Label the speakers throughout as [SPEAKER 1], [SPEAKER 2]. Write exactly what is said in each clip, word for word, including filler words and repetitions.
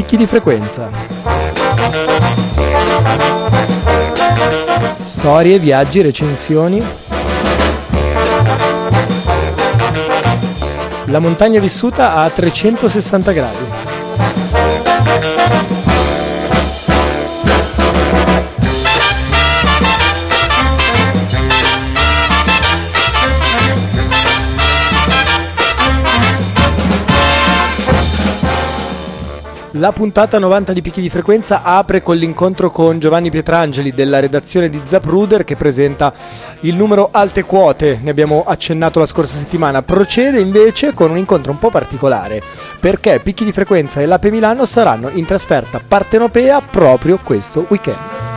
[SPEAKER 1] Picchi di frequenza. Storie, viaggi, recensioni. La montagna vissuta a trecentosessanta gradi. La puntata novanta di Picchi di frequenza apre con l'incontro con Giovanni Pietrangeli della redazione di Zapruder, che presenta il numero Alte Quote, ne abbiamo accennato la scorsa settimana. Procede invece con un incontro un po' particolare, perché Picchi di frequenza e l'Ape Milano saranno in trasferta partenopea proprio questo weekend.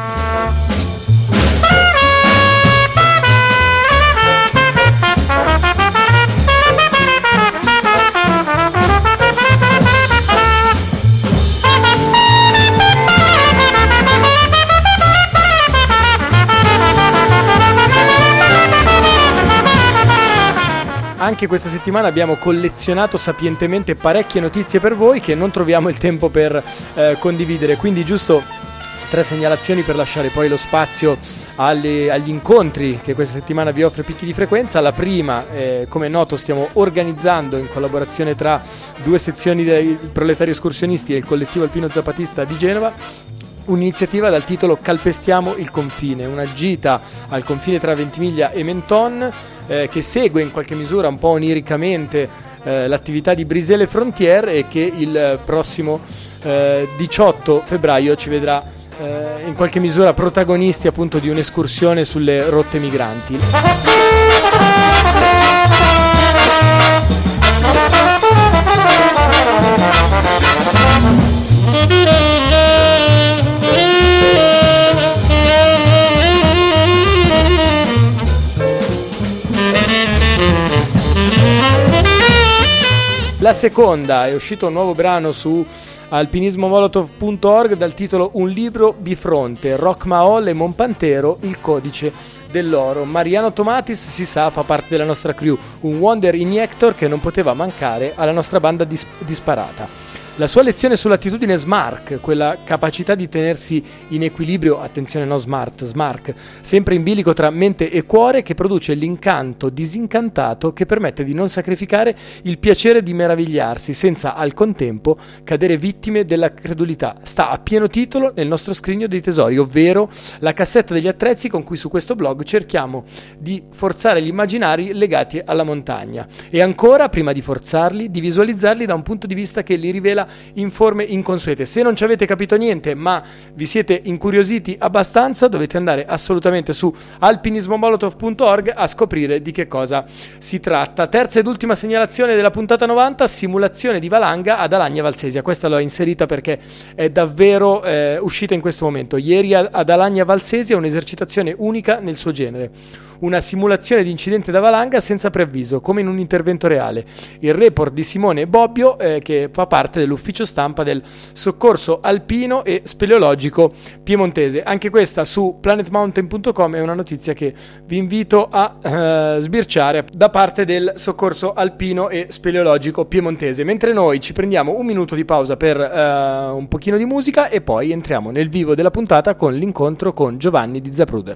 [SPEAKER 1] Anche questa settimana abbiamo collezionato sapientemente parecchie notizie per voi che non troviamo il tempo per eh, condividere, quindi giusto tre segnalazioni per lasciare poi lo spazio alle, agli incontri che questa settimana vi offre Picchi di frequenza. La prima, eh, come è noto, stiamo organizzando in collaborazione tra due sezioni dei Proletari Escursionisti e il collettivo alpino zapatista di Genova un'iniziativa dal titolo Calpestiamo il confine, una gita al confine tra Ventimiglia e Menton eh, che segue in qualche misura un po' oniricamente eh, l'attività di Brisele Frontier e che il prossimo eh, diciotto febbraio ci vedrà eh, in qualche misura protagonisti appunto di un'escursione sulle rotte migranti. La seconda, è uscito un nuovo brano su alpinismo molotov punto org dal titolo Un libro bifronte, Rock Maol e Monpantero, il codice dell'oro. Mariano Tomatis, si sa, fa parte della nostra crew, un wonder injector che non poteva mancare alla nostra banda dis- disparata. La sua lezione sull'attitudine SMARC, quella capacità di tenersi in equilibrio, attenzione no smart, SMARC, sempre in bilico tra mente e cuore, che produce l'incanto disincantato che permette di non sacrificare il piacere di meravigliarsi senza al contempo cadere vittime della credulità. Sta a pieno titolo nel nostro scrigno dei tesori, ovvero la cassetta degli attrezzi con cui su questo blog cerchiamo di forzare gli immaginari legati alla montagna e ancora, prima di forzarli, di visualizzarli da un punto di vista che li rivela in forme inconsuete. Se non ci avete capito niente ma vi siete incuriositi abbastanza, dovete andare assolutamente su alpinismo molotov punto org a scoprire di che cosa si tratta. Terza ed ultima segnalazione della puntata novanta, simulazione di valanga ad Alagna Valsesia. Questa l'ho inserita perché è davvero eh, uscita in questo momento. Ieri ad Alagna Valsesia un'esercitazione unica nel suo genere, una simulazione di incidente da valanga senza preavviso, come in un intervento reale. Il report di Simone Bobbio, eh, che fa parte dell'ufficio stampa del Soccorso Alpino e Speleologico Piemontese. Anche questa su planet mountain punto com è una notizia che vi invito a eh, sbirciare da parte del Soccorso Alpino e Speleologico Piemontese. Mentre noi ci prendiamo un minuto di pausa per eh, un pochino di musica e poi entriamo nel vivo della puntata con l'incontro con Giovanni di Zapruder.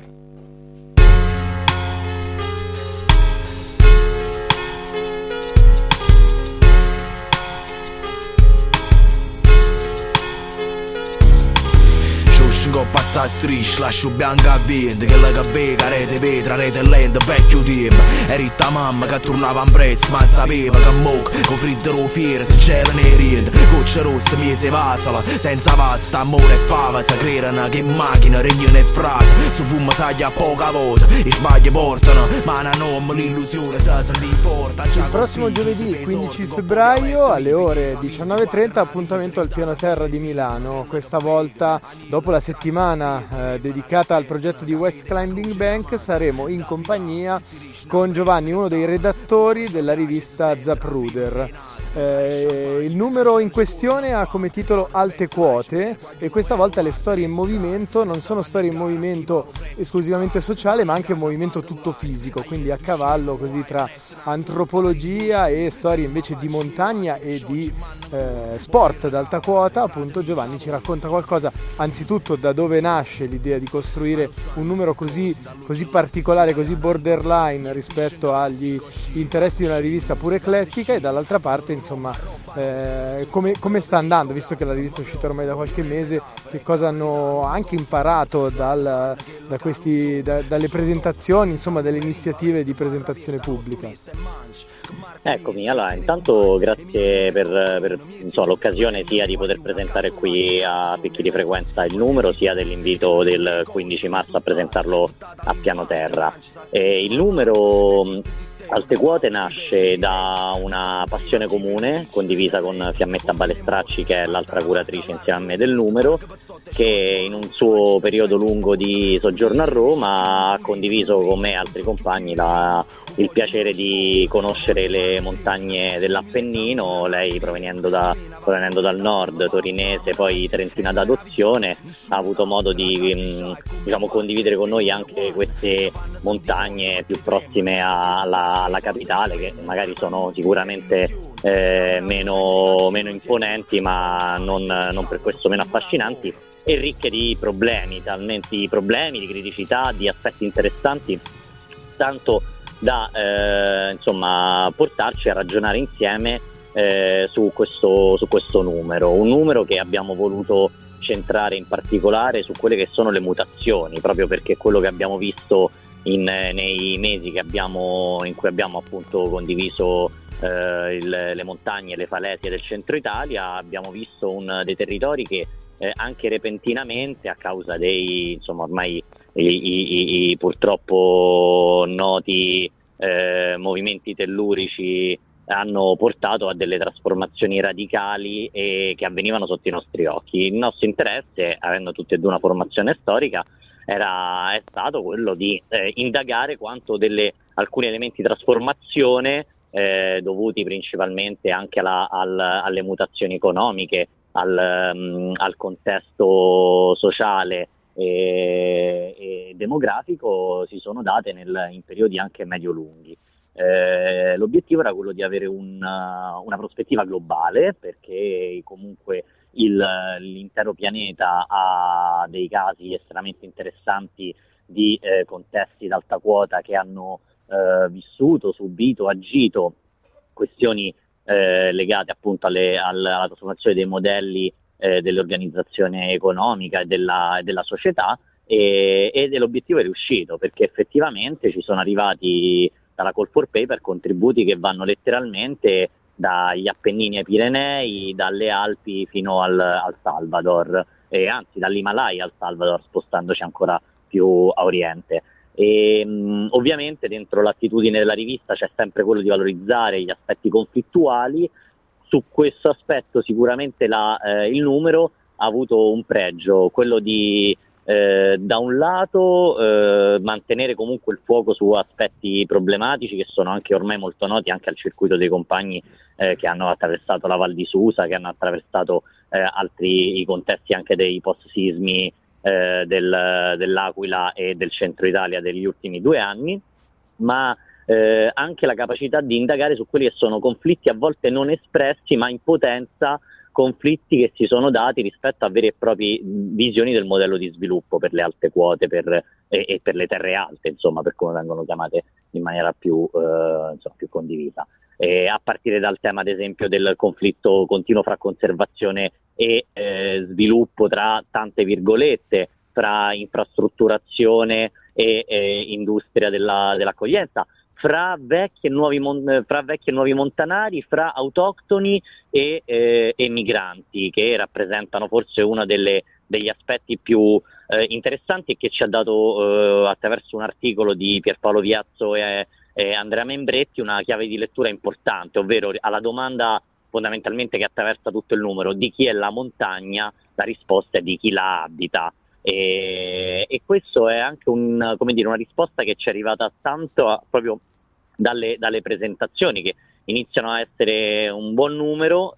[SPEAKER 2] Passa a striscia, lascio bianca a vento, che la vega, rete vetra, rete lenta, vecchio team. Eri ta mamma che tornava in prezzo, ma sapeva che moc, con frittero fiere, se c'era nei riente. Goccia rossa, miese vasala, senza vasta, amore e fava, si creano che macchina, regno e frase. Su fuma saglia a poca volta, i sbagli portano, ma non l'illusione si sente forte.
[SPEAKER 3] Il prossimo giovedì quindici febbraio alle ore diciannove e trenta appuntamento al piano terra di Milano, questa volta dopo la settimana settimana eh, dedicata al progetto di West Climbing Bank saremo in compagnia con Giovanni, uno dei redattori della rivista Zapruder. Eh, il numero in questione ha come titolo Alte Quote e questa volta le storie in movimento non sono storie in movimento esclusivamente sociale, ma anche in movimento tutto fisico, quindi a cavallo così tra antropologia e storie invece di montagna e di eh, sport d'alta quota. Appunto Giovanni ci racconta qualcosa, anzitutto da dove nasce l'idea di costruire un numero così, così particolare, così borderline rispetto agli interessi di una rivista pure eclettica, e dall'altra parte insomma eh, come, come sta andando, visto che la rivista è uscita ormai da qualche mese, che cosa hanno anche imparato dal, da questi, da, dalle presentazioni, insomma dalle iniziative di presentazione pubblica.
[SPEAKER 4] Eccomi, allora intanto grazie per, per insomma, l'occasione sia di poter presentare qui a Picchi di Frequenza il numero, sia dell'invito del quindici marzo a presentarlo a piano terra. E il numero Alte Quote nasce da una passione comune condivisa con Fiammetta Balestracci, che è l'altra curatrice insieme a me del numero, che in un suo periodo lungo di soggiorno a Roma ha condiviso con me e altri compagni la, il piacere di conoscere le montagne dell'Appennino. Lei proveniendo, da, provenendo dal nord torinese, poi trentina d'adozione, ha avuto modo di mh, diciamo, condividere con noi anche queste montagne più prossime alla alla capitale, che magari sono sicuramente eh, meno, meno imponenti, ma non, non per questo meno affascinanti, e ricche di problemi, talmente problemi, di criticità, di aspetti interessanti, tanto da eh, insomma portarci a ragionare insieme eh, su questo, su questo numero, un numero che abbiamo voluto centrare in particolare su quelle che sono le mutazioni, proprio perché quello che abbiamo visto In, nei mesi che abbiamo, in cui abbiamo appunto condiviso eh, il, le montagne e le falesie del centro Italia, abbiamo visto un, dei territori che eh, anche repentinamente, a causa dei insomma ormai i, i, i purtroppo noti eh, movimenti tellurici, hanno portato a delle trasformazioni radicali e che avvenivano sotto i nostri occhi. Il nostro interesse, avendo tutti e due una formazione storica, era è stato quello di eh, indagare quanto delle alcuni elementi di trasformazione eh, dovuti principalmente anche alla, al, alle mutazioni economiche, al, um, al contesto sociale e, e demografico si sono date nel, in periodi anche medio-lunghi. Eh, l'obiettivo era quello di avere un, una prospettiva globale, perché comunque Il, l'intero pianeta ha dei casi estremamente interessanti di eh, contesti d'alta quota che hanno eh, vissuto, subito, agito questioni eh, legate appunto alle, alla trasformazione dei modelli eh, dell'organizzazione economica e della, della società, e, e l'obiettivo è riuscito, perché effettivamente ci sono arrivati dalla Call for Paper contributi che vanno letteralmente dagli Appennini ai Pirenei, dalle Alpi fino al, al Salvador, e anzi dall'Himalaya al Salvador, spostandoci ancora più a oriente. E mh, ovviamente dentro l'attitudine della rivista c'è sempre quello di valorizzare gli aspetti conflittuali. Su questo aspetto sicuramente la, eh, il numero ha avuto un pregio, quello di Eh, da un lato eh, mantenere comunque il fuoco su aspetti problematici che sono anche ormai molto noti anche al circuito dei compagni eh, che hanno attraversato la Val di Susa, che hanno attraversato eh, altri i contesti anche dei post-sismi eh, del, dell'Aquila e del centro Italia degli ultimi due anni, ma eh, anche la capacità di indagare su quelli che sono conflitti a volte non espressi ma in potenza, conflitti che si sono dati rispetto a vere e proprie visioni del modello di sviluppo per le alte quote per, e, e per le terre alte, insomma, per come vengono chiamate in maniera più, eh, insomma, più condivisa. E a partire dal tema, ad esempio, del conflitto continuo fra conservazione e eh, sviluppo, tra tante virgolette, fra infrastrutturazione e eh, industria della, dell'accoglienza, fra vecchi e nuovi, mon- fra vecchi e nuovi montanari, fra autoctoni e, eh, e migranti, che rappresentano forse uno delle, degli aspetti più eh, interessanti e che ci ha dato eh, attraverso un articolo di Pierpaolo Viazzo e, e Andrea Membretti una chiave di lettura importante, ovvero alla domanda fondamentalmente che attraversa tutto il numero di chi è la montagna, la risposta è di chi la abita. E, e questo è anche un, come dire, una risposta che ci è arrivata tanto a, proprio dalle, dalle presentazioni, che iniziano a essere un buon numero,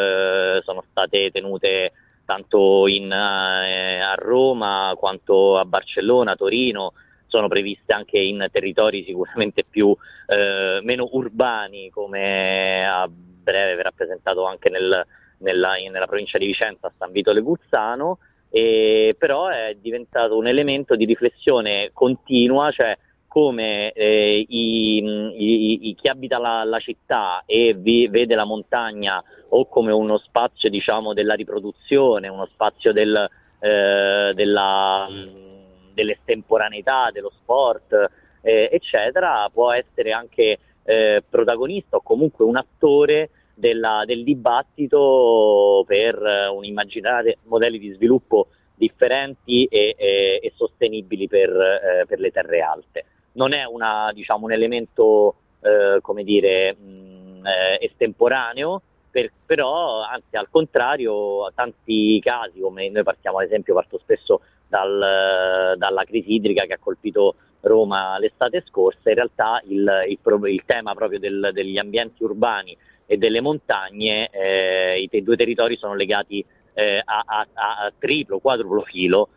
[SPEAKER 4] eh, sono state tenute tanto in, eh, a Roma quanto a Barcellona, Torino, sono previste anche in territori sicuramente più eh, meno urbani, come a breve verrà presentato anche nel, nella, nella provincia di Vicenza, a San Vito Leguzzano, e però è diventato un elemento di riflessione continua, cioè come eh, i, i, i, chi abita la, la città e vi, vede la montagna o come uno spazio, diciamo, della riproduzione, uno spazio del, eh, della, dell'estemporaneità, dello sport, eh, eccetera, può essere anche eh, protagonista o comunque un attore della, del dibattito per uh, un immaginare modelli di sviluppo differenti e, e, e sostenibili per, eh, per le terre alte. Non è una, diciamo, un elemento eh, come dire mh, eh, estemporaneo, per, però anzi al contrario, tanti casi, come noi partiamo ad esempio, parto spesso dal, dalla crisi idrica che ha colpito Roma l'estate scorsa, in realtà il, il, il tema proprio del, degli ambienti urbani e delle montagne, eh, i te- due territori sono legati eh, a, a, a triplo, quadruplo filo,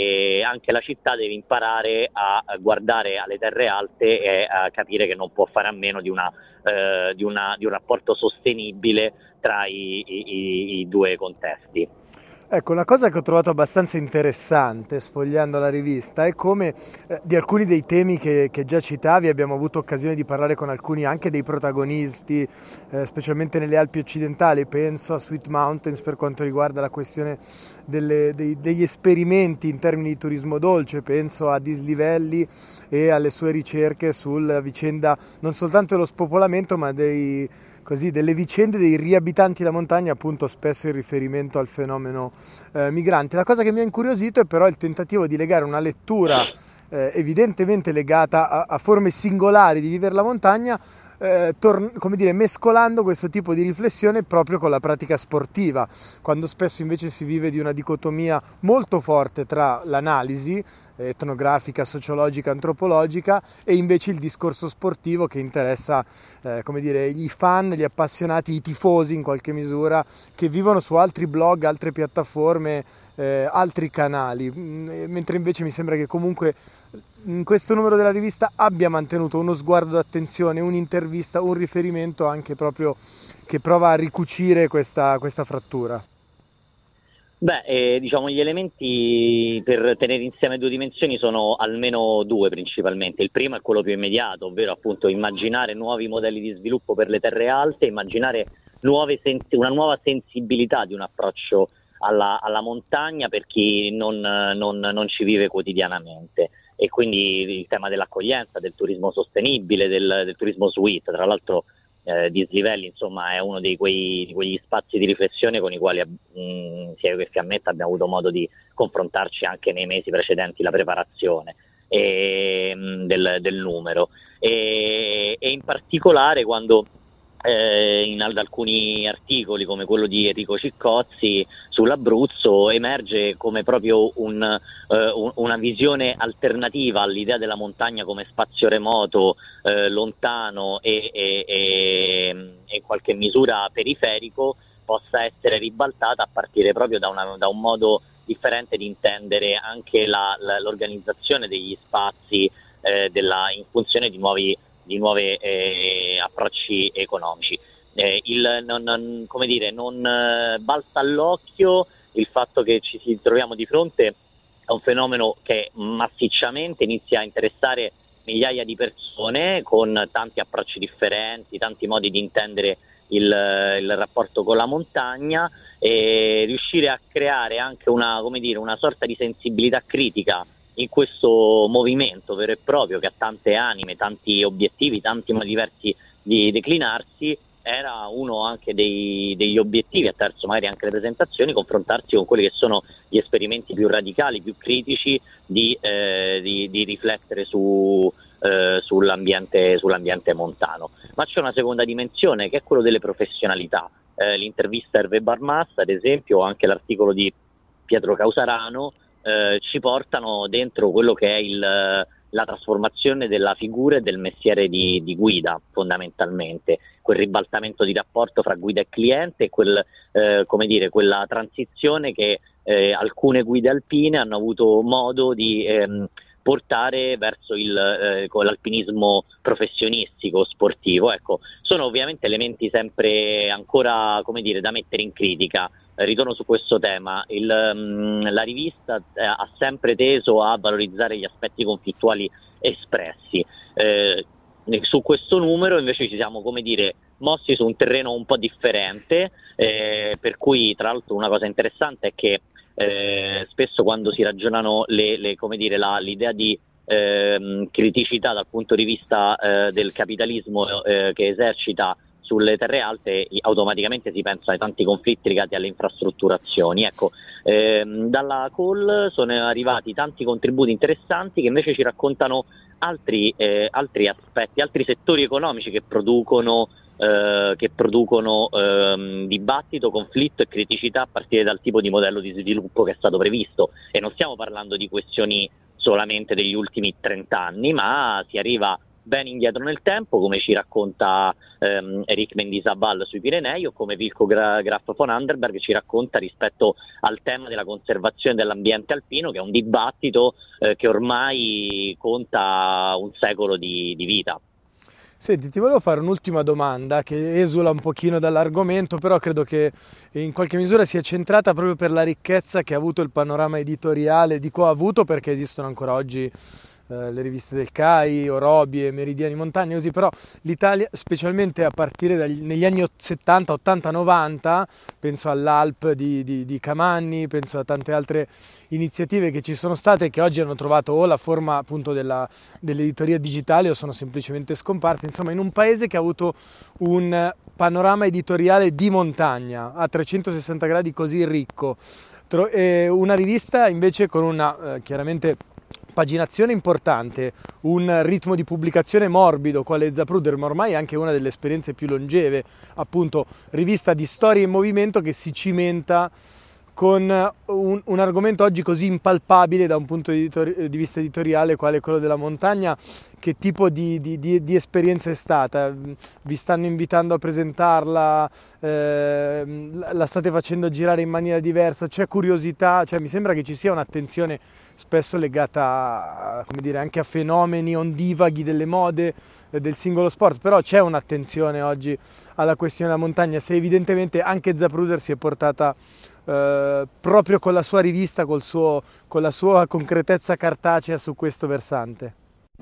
[SPEAKER 4] e anche la città deve imparare a guardare alle terre alte e a capire che non può fare a meno di, una, eh, di, una, di un rapporto sostenibile tra i, i, i due contesti.
[SPEAKER 3] Ecco, una cosa che ho trovato abbastanza interessante sfogliando la rivista è come eh, di alcuni dei temi che, che già citavi abbiamo avuto occasione di parlare con alcuni anche dei protagonisti, eh, specialmente nelle Alpi occidentali. Penso a Sweet Mountains per quanto riguarda la questione delle, dei, degli esperimenti in termini di turismo dolce, penso a Dislivelli e alle sue ricerche sulla vicenda non soltanto dello spopolamento ma dei, così, delle vicende dei riabitanti della montagna, appunto spesso in riferimento al fenomeno Eh, migranti. La cosa che mi ha incuriosito è però il tentativo di legare una lettura eh, evidentemente legata a, a forme singolari di vivere la montagna, eh, tor- come dire, mescolando questo tipo di riflessione proprio con la pratica sportiva, quando spesso invece si vive di una dicotomia molto forte tra l'analisi etnografica, sociologica, antropologica e invece il discorso sportivo che interessa eh, come dire, i fan, gli appassionati, i tifosi in qualche misura, che vivono su altri blog, altre piattaforme, eh, altri canali, mentre invece mi sembra che comunque in questo numero della rivista abbia mantenuto uno sguardo d'attenzione, un'intervista, un riferimento anche proprio che prova a ricucire questa, questa frattura.
[SPEAKER 4] Beh, eh, diciamo gli elementi per tenere insieme due dimensioni sono almeno due principalmente. Il primo è quello più immediato, ovvero appunto immaginare nuovi modelli di sviluppo per le terre alte, immaginare nuove sens- una nuova sensibilità di un approccio alla, alla montagna per chi non, non, non ci vive quotidianamente. E quindi il tema dell'accoglienza, del turismo sostenibile, del, del turismo sweet, tra l'altro eh, Dislivelli insomma è uno di, quei, di quegli spazi di riflessione con i quali mh, sia io che Fiammetta abbiamo avuto modo di confrontarci anche nei mesi precedenti la preparazione e, mh, del, del numero e, e in particolare quando Eh, in ad alcuni articoli come quello di Enrico Ciccozzi sull'Abruzzo emerge come proprio un, eh, un, una visione alternativa all'idea della montagna come spazio remoto, eh, lontano e, e, e, e in qualche misura periferico possa essere ribaltata a partire proprio da, una, da un modo differente di intendere anche la, la, l'organizzazione degli spazi eh, della, in funzione di nuovi di nuovi eh, approcci economici. Eh, il, non, non, come dire, non eh, balza all'occhio il fatto che ci si troviamo di fronte a un fenomeno che massicciamente inizia a interessare migliaia di persone con tanti approcci differenti, tanti modi di intendere il, il rapporto con la montagna e riuscire a creare anche una, come dire, una sorta di sensibilità critica in questo movimento vero e proprio che ha tante anime, tanti obiettivi, tanti modi diversi di declinarsi. Era uno anche dei, degli obiettivi, attraverso magari anche le presentazioni, confrontarsi con quelli che sono gli esperimenti più radicali, più critici di, eh, di, di riflettere su, eh, sull'ambiente, sull'ambiente montano. Ma c'è una seconda dimensione che è quello delle professionalità. Eh, l'intervista a Hervé Barmas, ad esempio, o anche l'articolo di Pietro Causarano eh, ci portano dentro quello che è il, la trasformazione della figura e del mestiere di, di guida, fondamentalmente, quel ribaltamento di rapporto fra guida e cliente, quel, eh, come dire, quella transizione che eh, alcune guide alpine hanno avuto modo di ehm, portare verso il, eh, l'alpinismo professionistico, sportivo. Ecco, sono ovviamente elementi sempre ancora, come dire, da mettere in critica. Eh, ritorno su questo tema. Il, mh, la rivista eh, ha sempre teso a valorizzare gli aspetti conflittuali espressi. Eh, su questo numero invece ci siamo, come dire, mossi su un terreno un po' differente, eh, per cui tra l'altro una cosa interessante è che Eh, spesso quando si ragionano le, le, come dire, la, l'idea di ehm, criticità dal punto di vista eh, del capitalismo eh, che esercita sulle terre alte, automaticamente si pensa ai tanti conflitti legati alle infrastrutturazioni. Ecco, ehm, dalla call sono arrivati tanti contributi interessanti che invece ci raccontano altri, eh, altri aspetti, altri settori economici che producono Eh, che producono ehm, dibattito, conflitto e criticità a partire dal tipo di modello di sviluppo che è stato previsto. E non stiamo parlando di questioni solamente degli ultimi trent'anni, ma si arriva ben indietro nel tempo, come ci racconta ehm, Eric Mendizabal sui Pirenei, o come Wilco Gra- Graf von Anderberg ci racconta rispetto al tema della conservazione dell'ambiente alpino, che è un dibattito eh, che ormai conta un secolo di, di vita.
[SPEAKER 3] Senti, ti volevo fare un'ultima domanda che esula un pochino dall'argomento, però credo che in qualche misura sia centrata proprio per la ricchezza che ha avuto il panorama editoriale. Dico ha avuto perché esistono ancora oggi eh, le riviste del C A I, Orobi e Meridiani Montagna, così, però l'Italia, specialmente a partire dagli, negli anni settanta, ottanta, novanta, penso all'Alp di, di, di Camanni, penso a tante altre iniziative che ci sono state e che oggi hanno trovato o la forma appunto della, dell'editoria digitale o sono semplicemente scomparse. Insomma, in un paese che ha avuto un panorama editoriale di montagna a trecentosessanta gradi così ricco, tro- eh, una rivista invece con una eh, chiaramente paginazione importante, un ritmo di pubblicazione morbido quale Zapruder, ma ormai anche una delle esperienze più longeve, appunto rivista di storia in movimento che si cimenta con un, un argomento oggi così impalpabile da un punto di, editori- di vista editoriale quale quello della montagna. Che tipo di, di, di, di esperienza è stata? Vi stanno invitando a presentarla? Eh, la state facendo girare in maniera diversa? C'è curiosità? Cioè, mi sembra che ci sia un'attenzione spesso legata a, come dire, anche a fenomeni ondivaghi delle mode eh, del singolo sport, però c'è un'attenzione oggi alla questione della montagna, se evidentemente anche Zapruder si è portata Uh, proprio con la sua rivista, col suo, con la sua concretezza cartacea su questo versante.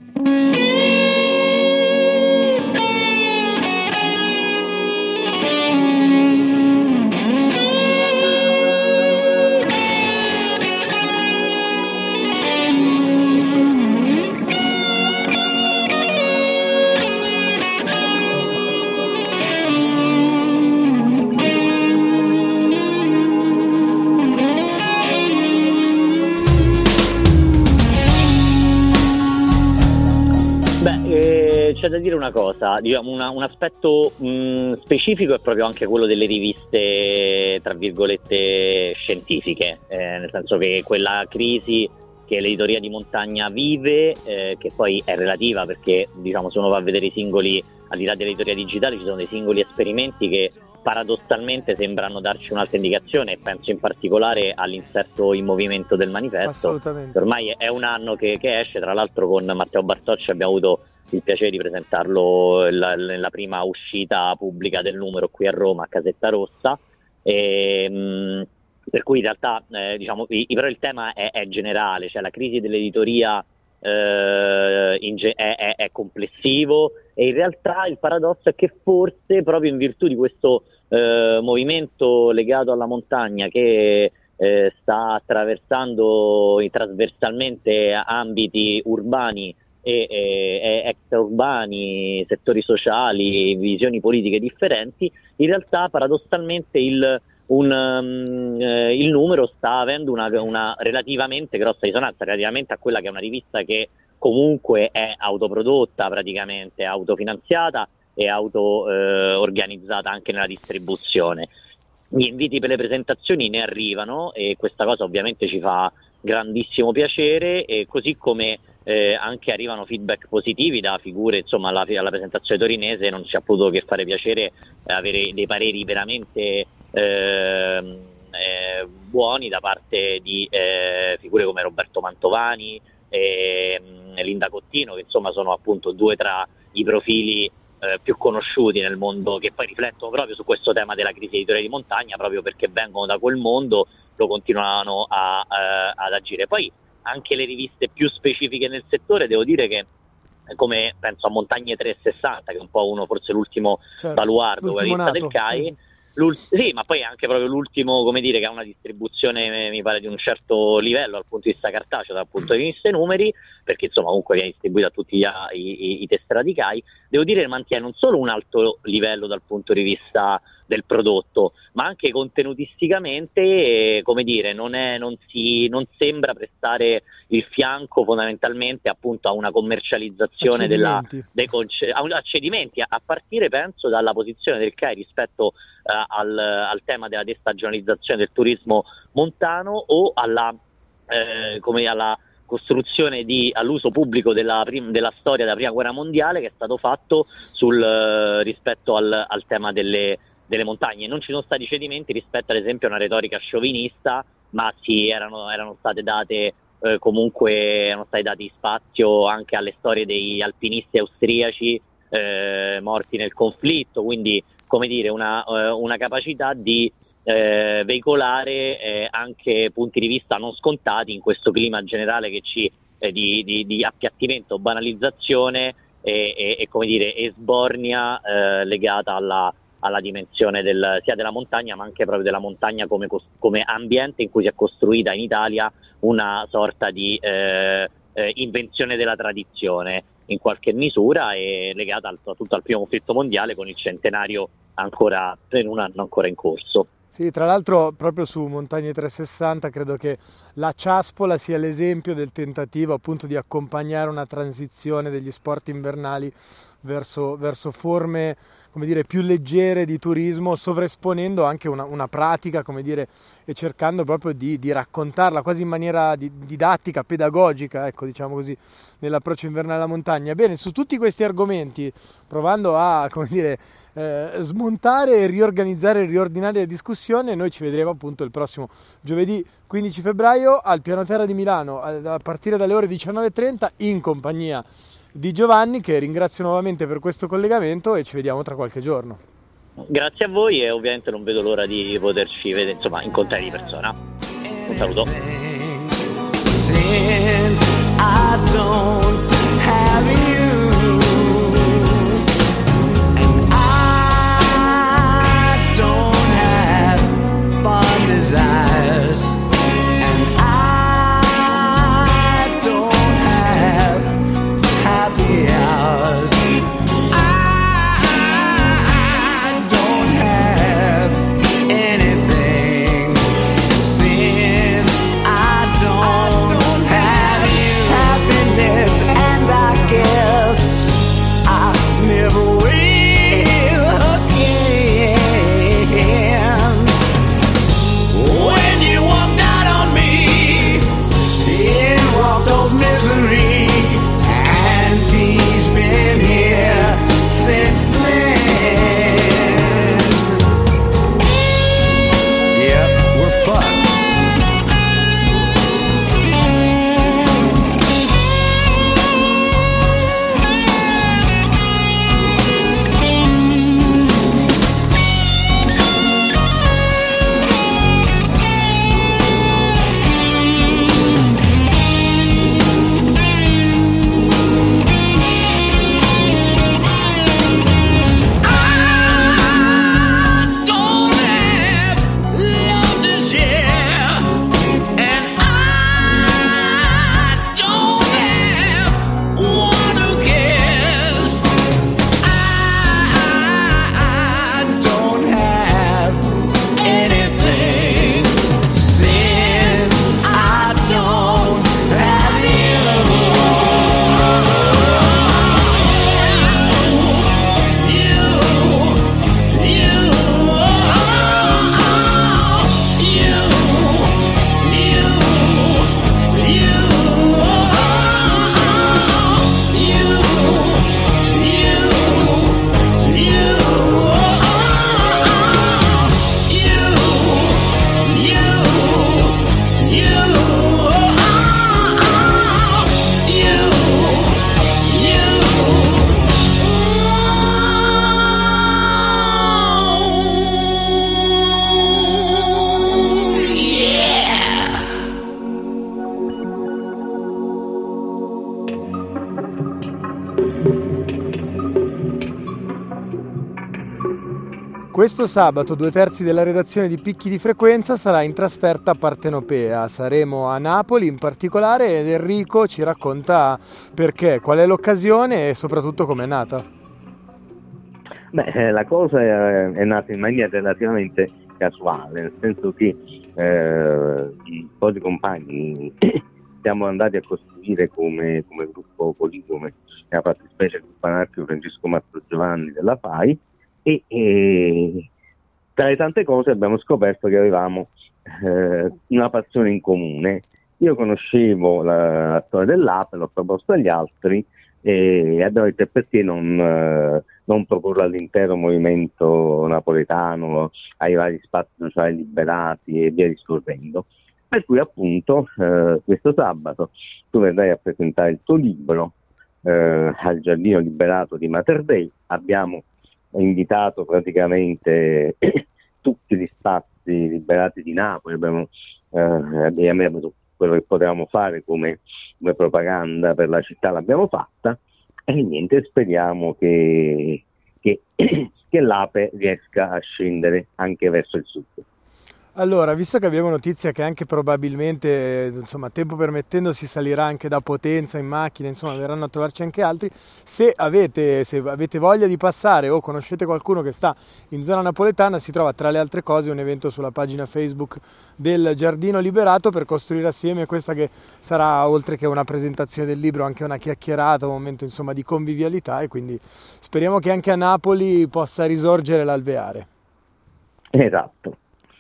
[SPEAKER 4] C'è da dire una cosa, diciamo, una, un aspetto mh, specifico è proprio anche quello delle riviste, tra virgolette, scientifiche, eh, nel senso che quella crisi che l'editoria di montagna vive, eh, che poi è relativa perché, diciamo, se uno va a vedere i singoli, al di là dell'editoria digitale, ci sono dei singoli esperimenti che paradossalmente sembrano darci un'altra indicazione, e penso in particolare all'inserto in movimento del manifesto.
[SPEAKER 3] Assolutamente.
[SPEAKER 4] Ormai è un anno che, che esce, tra l'altro con Matteo Barzocci abbiamo avuto il piacere di presentarlo nella prima uscita pubblica del numero qui a Roma, a Casetta Rossa, e, mh, per cui in realtà eh, diciamo, i, però il tema è, è generale, cioè la crisi dell'editoria eh, in ge- è, è, è complessivo, e in realtà il paradosso è che forse proprio in virtù di questo eh, movimento legato alla montagna che eh, sta attraversando trasversalmente ambiti urbani e, e, e extraurbani, settori sociali, visioni politiche differenti, in realtà paradossalmente il, un, um, eh, il numero sta avendo una, una relativamente grossa risonanza relativamente a quella che è una rivista che comunque è autoprodotta, praticamente autofinanziata e auto eh, organizzata anche nella distribuzione. Gli inviti per le presentazioni ne arrivano, e questa cosa ovviamente ci fa grandissimo piacere, e così come eh, anche arrivano feedback positivi da figure, insomma alla, alla presentazione torinese non ci ha potuto che fare piacere eh, avere dei pareri veramente eh, eh, buoni da parte di eh, figure come Roberto Mantovani e Linda Cottino, che insomma sono appunto due tra i profili eh, più conosciuti nel mondo, che poi riflettono proprio su questo tema della crisi editoriale di montagna, proprio perché vengono da quel mondo, lo continuano a, eh, ad agire. Poi anche le riviste più specifiche nel settore, devo dire che come penso a Montagne trecentosessanta, che è un po' uno, forse l'ultimo certo, baluardo, rivista del C A I, sì. Sì, ma poi anche proprio l'ultimo, come dire, che ha una distribuzione mi pare di un certo livello dal punto di vista cartaceo, dal punto di vista dei numeri, perché insomma comunque viene distribuito a tutti gli, i, i tesserati C A I, devo dire che mantiene non solo un alto livello dal punto di vista del prodotto, ma anche contenutisticamente, eh, come dire, non, è, non, si, non sembra prestare il fianco fondamentalmente appunto a una commercializzazione della, dei conce- a, a cedimenti, a, a partire penso dalla posizione del C A I rispetto uh, al, al tema della destagionalizzazione del turismo montano, o alla, eh, come alla costruzione di, all'uso pubblico della, prim- della storia della prima guerra mondiale, che è stato fatto sul, uh, rispetto al, al tema delle delle montagne. Non ci sono stati cedimenti rispetto ad esempio a una retorica sciovinista, ma sì, erano, erano state date eh, comunque erano stati dati spazio anche alle storie dei alpinisti austriaci eh, morti nel conflitto, quindi come dire una, eh, una capacità di eh, veicolare eh, anche punti di vista non scontati in questo clima generale che ci eh, di, di, di appiattimento, banalizzazione e, e, e come dire esbornia eh, legata alla alla dimensione del, sia della montagna ma anche proprio della montagna come, come ambiente in cui si è costruita in Italia una sorta di eh, eh, invenzione della tradizione in qualche misura, e legata al, soprattutto al primo conflitto mondiale, con il centenario ancora per un anno ancora in corso.
[SPEAKER 3] Sì, tra l'altro proprio su Montagne trecentosessanta credo che la Ciaspola sia l'esempio del tentativo appunto di accompagnare una transizione degli sport invernali verso, verso forme, come dire, più leggere di turismo, sovraesponendo anche una, una pratica, come dire, e cercando proprio di, di raccontarla quasi in maniera di, didattica, pedagogica, ecco, diciamo così, nell'approccio invernale alla montagna. Bene, su tutti questi argomenti, provando a, come dire, eh, smontare e riorganizzare e riordinare la discussione, noi ci vedremo appunto il prossimo giovedì quindici febbraio al Piano Terra di Milano a partire dalle ore diciannove e trenta in compagnia di Giovanni, che ringrazio nuovamente per questo collegamento, e ci vediamo tra qualche giorno.
[SPEAKER 4] Grazie a voi, e ovviamente non vedo l'ora di poterci vedere, insomma, incontrare di persona. Un saluto. Since I don't have you, and I don't have fond desires, and I don't have happy hours, I don't have anything, since I don't, I don't have you. Happiness, and I guess I never will again. When you walked out on me in walked old misery, and he's been here since then. Yeah, we're fucked.
[SPEAKER 3] Questo sabato due terzi della redazione di Picchi di Frequenza sarà in trasferta partenopea. Saremo a Napoli in particolare ed Enrico ci racconta perché, qual è l'occasione e soprattutto com'è nata.
[SPEAKER 5] Beh, la cosa è, è nata in maniera relativamente casuale, nel senso che eh, un po' di compagni siamo andati a costruire come, come gruppo Poligome, nella fattispecie il gruppo anarchico Francesco Mastro Giovanni della F A I, e, e tra le tante cose abbiamo scoperto che avevamo eh, una passione in comune. Io conoscevo la, la storia dell'A P E, l'ho proposto agli altri e abbiamo detto perché non, eh, non proporlo all'intero movimento napoletano, ai vari spazi sociali liberati e via discorrendo. Per cui appunto eh, questo sabato tu verrai a presentare il tuo libro eh, al Giardino Liberato di Mater Dei. Abbiamo invitato praticamente tutti gli spazi liberati di Napoli, abbiamo, eh, abbiamo tutto quello che potevamo fare come, come propaganda per la città l'abbiamo fatta, e niente, speriamo che, che, che l'A P E riesca a scendere anche verso il sud.
[SPEAKER 3] Allora, visto che abbiamo notizia che anche probabilmente, insomma, tempo permettendo, si salirà anche da Potenza in macchina, insomma, verranno a trovarci anche altri, se avete, se avete voglia di passare o conoscete qualcuno che sta in zona napoletana, si trova tra le altre cose un evento sulla pagina Facebook del Giardino Liberato per costruire assieme questa che sarà, oltre che una presentazione del libro, anche una chiacchierata, un momento insomma di convivialità, e quindi speriamo che anche a Napoli possa risorgere l'alveare.
[SPEAKER 5] Esatto.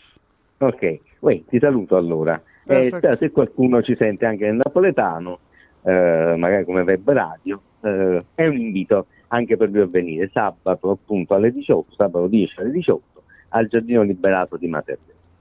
[SPEAKER 5] Ok, Uè, ti saluto allora. Eh, se qualcuno ci sente anche nel napoletano, eh, magari come web radio, eh, è un invito anche per lui a venire sabato appunto alle diciotto, sabato dieci alle diciotto, al Giardino Liberato di Mater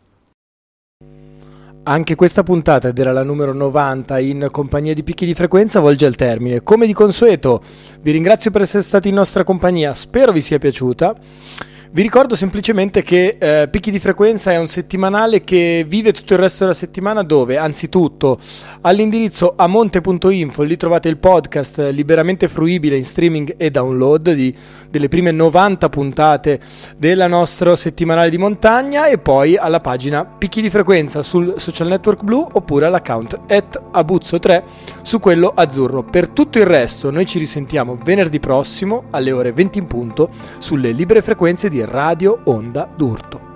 [SPEAKER 5] Dei.
[SPEAKER 1] Anche questa puntata, ed era la numero novanta in compagnia di Picchi di Frequenza, volge al termine. Come di consueto vi ringrazio per essere stati in nostra compagnia, spero vi sia piaciuta. Vi ricordo semplicemente che eh, Picchi di Frequenza è un settimanale che vive tutto il resto della settimana, dove anzitutto all'indirizzo amonte punto info lì trovate il podcast liberamente fruibile in streaming e download di, delle prime novanta puntate del nostro settimanale di montagna, e poi alla pagina Picchi di Frequenza sul social network blu oppure all'account at abuzzo tre su quello azzurro. Per tutto il resto noi ci risentiamo venerdì prossimo alle ore venti in punto sulle libere frequenze di Radio Onda d'Urto.